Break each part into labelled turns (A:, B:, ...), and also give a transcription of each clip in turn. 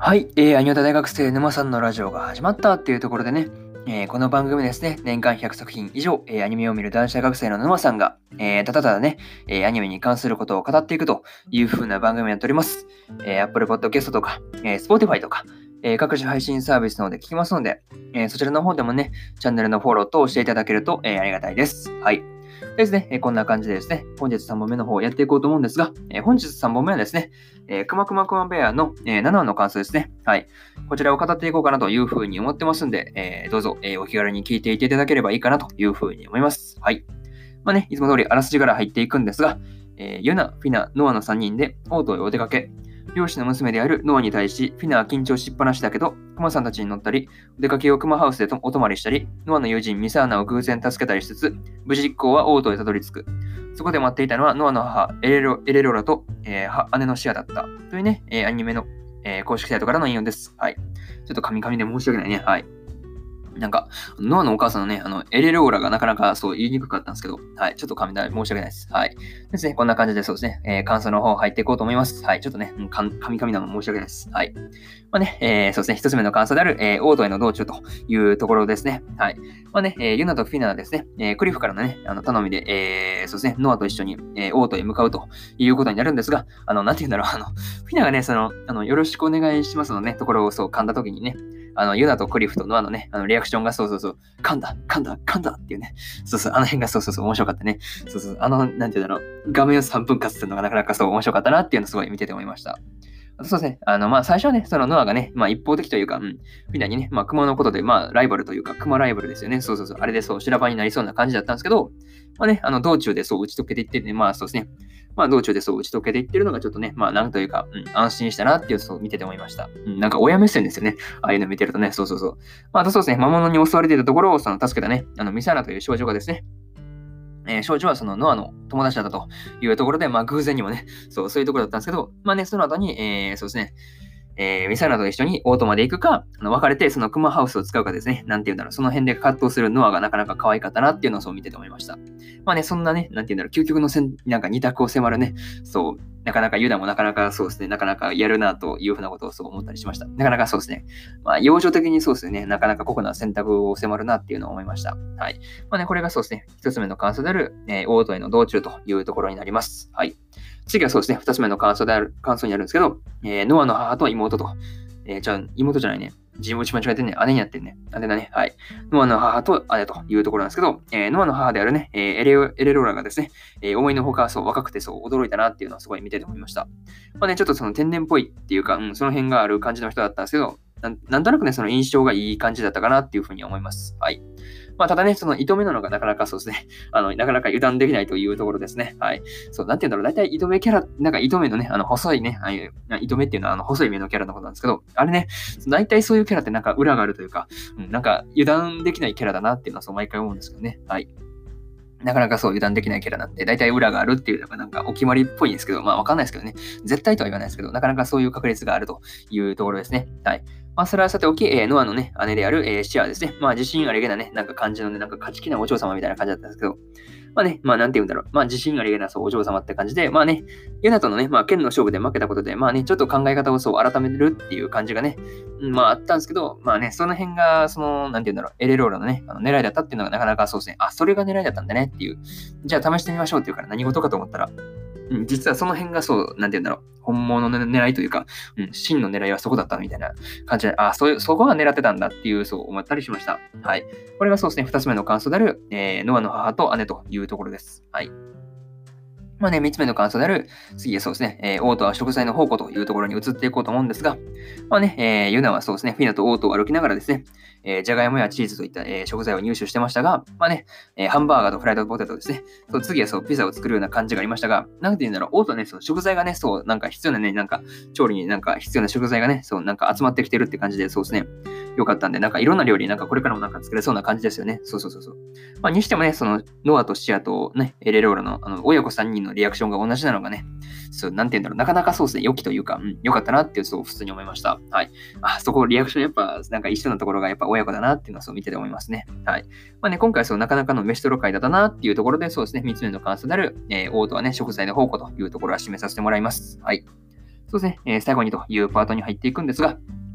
A: はい、アニオタ大学生沼さんのラジオが始まったっていうところでね、この番組ですね、年間100作品以上、アニメを見る男子大学生の沼さんが、ただただね、アニメに関することを語っていくという風な番組になっております。Apple Podcast とか、Spotify とか、各種配信サービスの方で聞きますので、そちらの方でもね、チャンネルのフォローとしていただけると、ありがたいです。はい。ですね、こんな感じでですね、本日3本目の方をやっていこうと思うんですが、本日3本目はですね、くまくまくまベアの、7話の感想ですね。はい。こちらを語っていこうかなというふうに思ってますんで、どうぞ、お気軽に聞いていただければいいかなというふうに思います。はい。まあね、いつも通りあらすじから入っていくんですが、ユナ、フィナ、ノアの3人でオートへお出かけ。漁師の娘であるノアに対し、フィナは緊張しっぱなしだけど、クマさんたちに乗ったり、お出かけをクマハウスでお泊まりしたり、ノアの友人ミサーナを偶然助けたりしつつ、無事一行はオートへたどり着く。そこで待っていたのはノアの母エレロラと、姉のシアだったというね、アニメの、公式サイトからの引用です。はい。ちょっとカミカミで申し訳ないね。はい。なんか、ノアのお母さんのね、エレローラがなかなかそう言いにくかったんですけど、はい、ちょっと申し訳ないです。はい。ですね、こんな感じでそうですね、感想の方入っていこうと思います。はい、ちょっとね、カミカミなの申し訳ないです。はい。まあね、そうですね、一つ目の感想である、オートへの道中というところですね。はい。まあね、ユナとフィナはですね、クリフからのね、頼みで、そうですね、ノアと一緒に、オートへ向かうということになるんですが、なんて言うんだろう、フィナがね、よろしくお願いしますのね、ところをそう噛んだ時にね、ユナとクリフとノアのね、リアクションが噛んだっていうね。あの辺が面白かったね。なんていうんだろう、画面を3分割するのがなかなか面白かったなっていうのをすごい見てて思いました。そうですね。最初はね、そのノアがね、一方的というか、フィナにね、熊のことで、ライバルというか、熊ライバルですよね。あれで修羅場になりそうな感じだったんですけど、道中で打ち解けていってね、そうですね。道中で打ち解けていってるのがちょっとね、なんというか、安心したなっていうのを見てて思いました。なんか親目線ですよね。ああいうの見てるとね、あとそうですね、魔物に襲われていたところを助けたね、ミサーナという少女がですね、少女はそのノアの友達だったというところで、偶然にもね、そういうところだったんですけど、その後に、そうですね、ミサイラと一緒にオートまで行くか、別れてそのクマハウスを使うかですね、なんていうんだろう、その辺で葛藤するノアがなかなか可愛かったなっていうのをそう見てて思いました。そんなね、なんていうんだろう、究極のなんか二択を迫るね、なかなかユダもなかなかそうですね、なかなかやるなというふうなことをそう思ったりしました。なかなかそうですね、養生的にそうですね、なかなか酷な選択を迫るなっていうのを思いました。はい。これがそうですね、一つ目の感想である、オートへの道中というところになります。はい。次はそうですね、二つ目の感想になるんですけど、ノアの母と妹と、妹じゃないね。自分打ち間違えてね、姉になってんね。姉だね。はい。ノアの母と姉というところなんですけど、ノアの母であるね、エレローラがですね、思いのほか若くて驚いたなっていうのはすごい見てて思いました。ちょっとその天然っぽいっていうか、その辺がある感じの人だったんですけど、なんとなくね、その印象がいい感じだったかなっていうふうに思います。はい。ただね、その糸目なのがなかなかそうですね、なかなか油断できないというところですね。はい。なんて言うんだろう、大体糸目キャラ、なんか糸目のね、細いね、糸目っていうのは細い目のキャラのことなんですけど、あれね、大体そういうキャラってなんか裏があるというか、なんか油断できないキャラだなっていうのは毎回思うんですけどね。はい。なかなか油断できないキャラなんで、大体裏があるっていうのがなんかお決まりっぽいんですけど、わかんないですけどね。絶対とは言わないですけど、なかなかそういう確率があるというところですね。はい。それはさておき、ノアのね、姉である、シアですね。自信ありげなね、なんか感じのね、なんか勝ち気なお嬢様みたいな感じだったんですけど、なんて言うんだろう。自信ありげなお嬢様って感じで、ユナとのね、剣の勝負で負けたことで、ちょっと考え方を改めるっていう感じがね、あったんですけど、その辺が、なんて言うんだろう、エレローラのね、狙いだったっていうのがなかなかそうですね、それが狙いだったんだねっていう、じゃあ試してみましょうっていうから何事かと思ったら、実はその辺がなんて言うんだろう、本物の狙いというか、真の狙いはそこだったみたいな感じで、そこが狙ってたんだっていう、そう思ったりしました。はい。これがそうですね、二つ目の感想である、ノアの母と姉というところです。はい。三つ目の感想である、次はそうですね、オートは食材の宝庫というところに移っていこうと思うんですが、ユナはそうですね、フィナとオートを歩きながらですね、じゃがいもやチーズといった、食材を入手してましたが、ハンバーガーとフライドポテトですね、次はピザを作るような感じがありましたが、なんて言うんだろう、オートはね、食材がね、なんか必要なね、なんか調理になんか必要な食材がね、なんか集まってきてるって感じで、そうですね、よかったんで、なんかいろんな料理、なんかこれからもなんか作れそうな感じですよね。にしてもね、ノアとシアとね、エレローラの親子3人のリアクションが同じなのがね、なんて言うんだろう、なかなかそうですね、良きというか、良かったなっていう、普通に思いました。はい。そこ、リアクションやっぱ、なんか一緒なところがやっぱ親子だなっていうのは見てて思いますね。はい。今回なかなかの飯トロ会だったなっていうところで、そうですね、3つ目の感想である、オートはね、食材の宝庫というところは締めさせてもらいます。はい。そうですね、最後にというパートに入っていくんですが、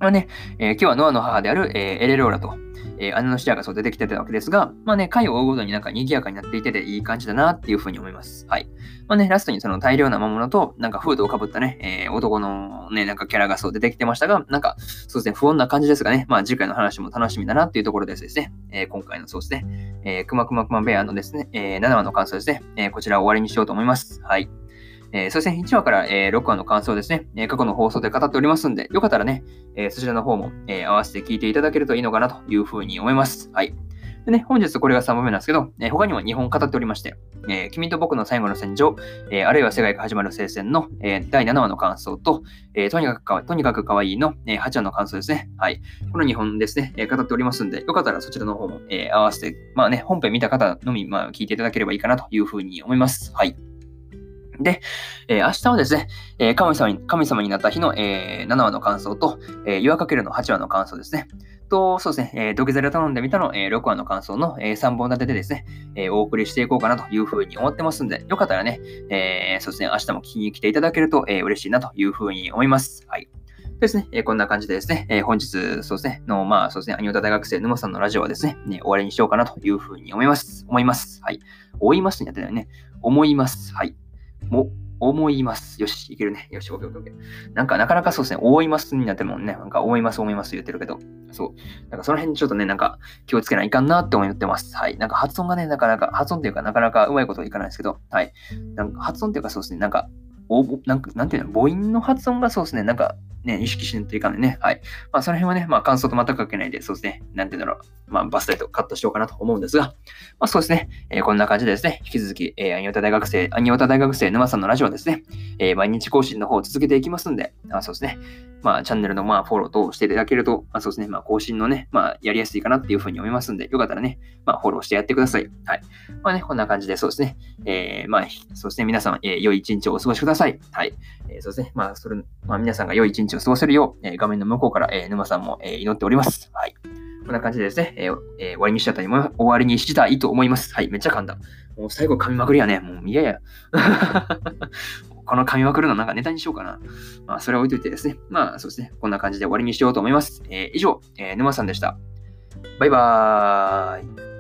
A: まあね、今日はノアの母である、エレローラと、姉のシアがそう出てきてたわけですが、まあね、回を追うごとになんか賑やかになっていてていい感じだなっていうふうに思います。はい。まあね、ラストにその大量な魔物と、なんかフードをかぶったね、男のね、なんかキャラがそう出てきてましたが、なんか、そうですね、不穏な感じですがね、まあ次回の話も楽しみだなっていうところですね、今回のそうですね、くまくまくまベアのですね、7話の感想ですね、こちらを終わりにしようと思います。はい。そして1話から、6話の感想ですね、過去の放送で語っておりますんで、よかったらね、そちらの方も、合わせて聞いていただけるといいのかなというふうに思います。はい。でね、本日これが3番目なんですけど、他にも2本語っておりまして、君と僕の最後の戦場、あるいは世界が始まる聖戦の、第7話の感想と、とにかく可愛いの、8話の感想ですね。はい。この2本ですね、語っておりますんで、よかったらそちらの方も、合わせて、まあね、本編見た方のみ、まあ、聞いていただければいいかなというふうに思います。はい。で、明日はですね、神様になった日の、7話の感想と、岩かけるの8話の感想ですね。と、そうですね、土下座で頼んでみたの、6話の感想の、3本立てでですね、お送りしていこうかなというふうに思ってますんで、よかったらね、そうですね、明日も聞きに来ていただけると、嬉しいなというふうに思います。はい。ですね、こんな感じでですね、本日、そうですね、まあ、そうですね、アニオタ大学生沼さんのラジオはですね、終わりにしようかなというふうに思います。はい。思いますにやってないね。思います。はい。思います。よし、いけるね。よし、オッケーオッケー。なんか、なかなかそうですね、思いますになってもね、なんか、思います言ってるけど、そう。なんか、その辺ちょっとね、なんか、気をつけないかんなって思ってます。はい。なんか、発音がね、発音っていうか、なかなかうまいこといかないですけど、はい。なんか、発音っていうか、そうですね、なんか、なんていうの、母音の発音がそうですね、なんか、ね、意識しないといかないね。はい。まあ、その辺はね、まあ、感想と全くかけないで、そうですね、なんていうんだろう、まあ、バスタイとカットしようかなと思うんですが、まあ、そうですね、こんな感じでですね、引き続き、アニオタ大学生沼さんのラジオですね、毎日更新の方を続けていきますんで、そうですね、まあ、チャンネルのフォロー等していただけると、そうですね、更新のね、やりやすいかなっていうふうに思いますんで、よかったらね、フォローしてやってください。はい。まあね、こんな感じで、そうですね、そうですね、皆さん、良い一日をお過ごしください。はい。そうですね、皆さんが良い一日を過ごせるよう、画面の向こうから、沼さんも、祈っております。はい。こんな感じでですね、終わりにしたいと思います。はい、めっちゃ噛んだ。もう最後噛みまくりやね。もう嫌や。この噛みまくるのなんかネタにしようかな。それは置いといてですね。そうですね。こんな感じで終わりにしようと思います。以上、沼さんでした。バイバーイ。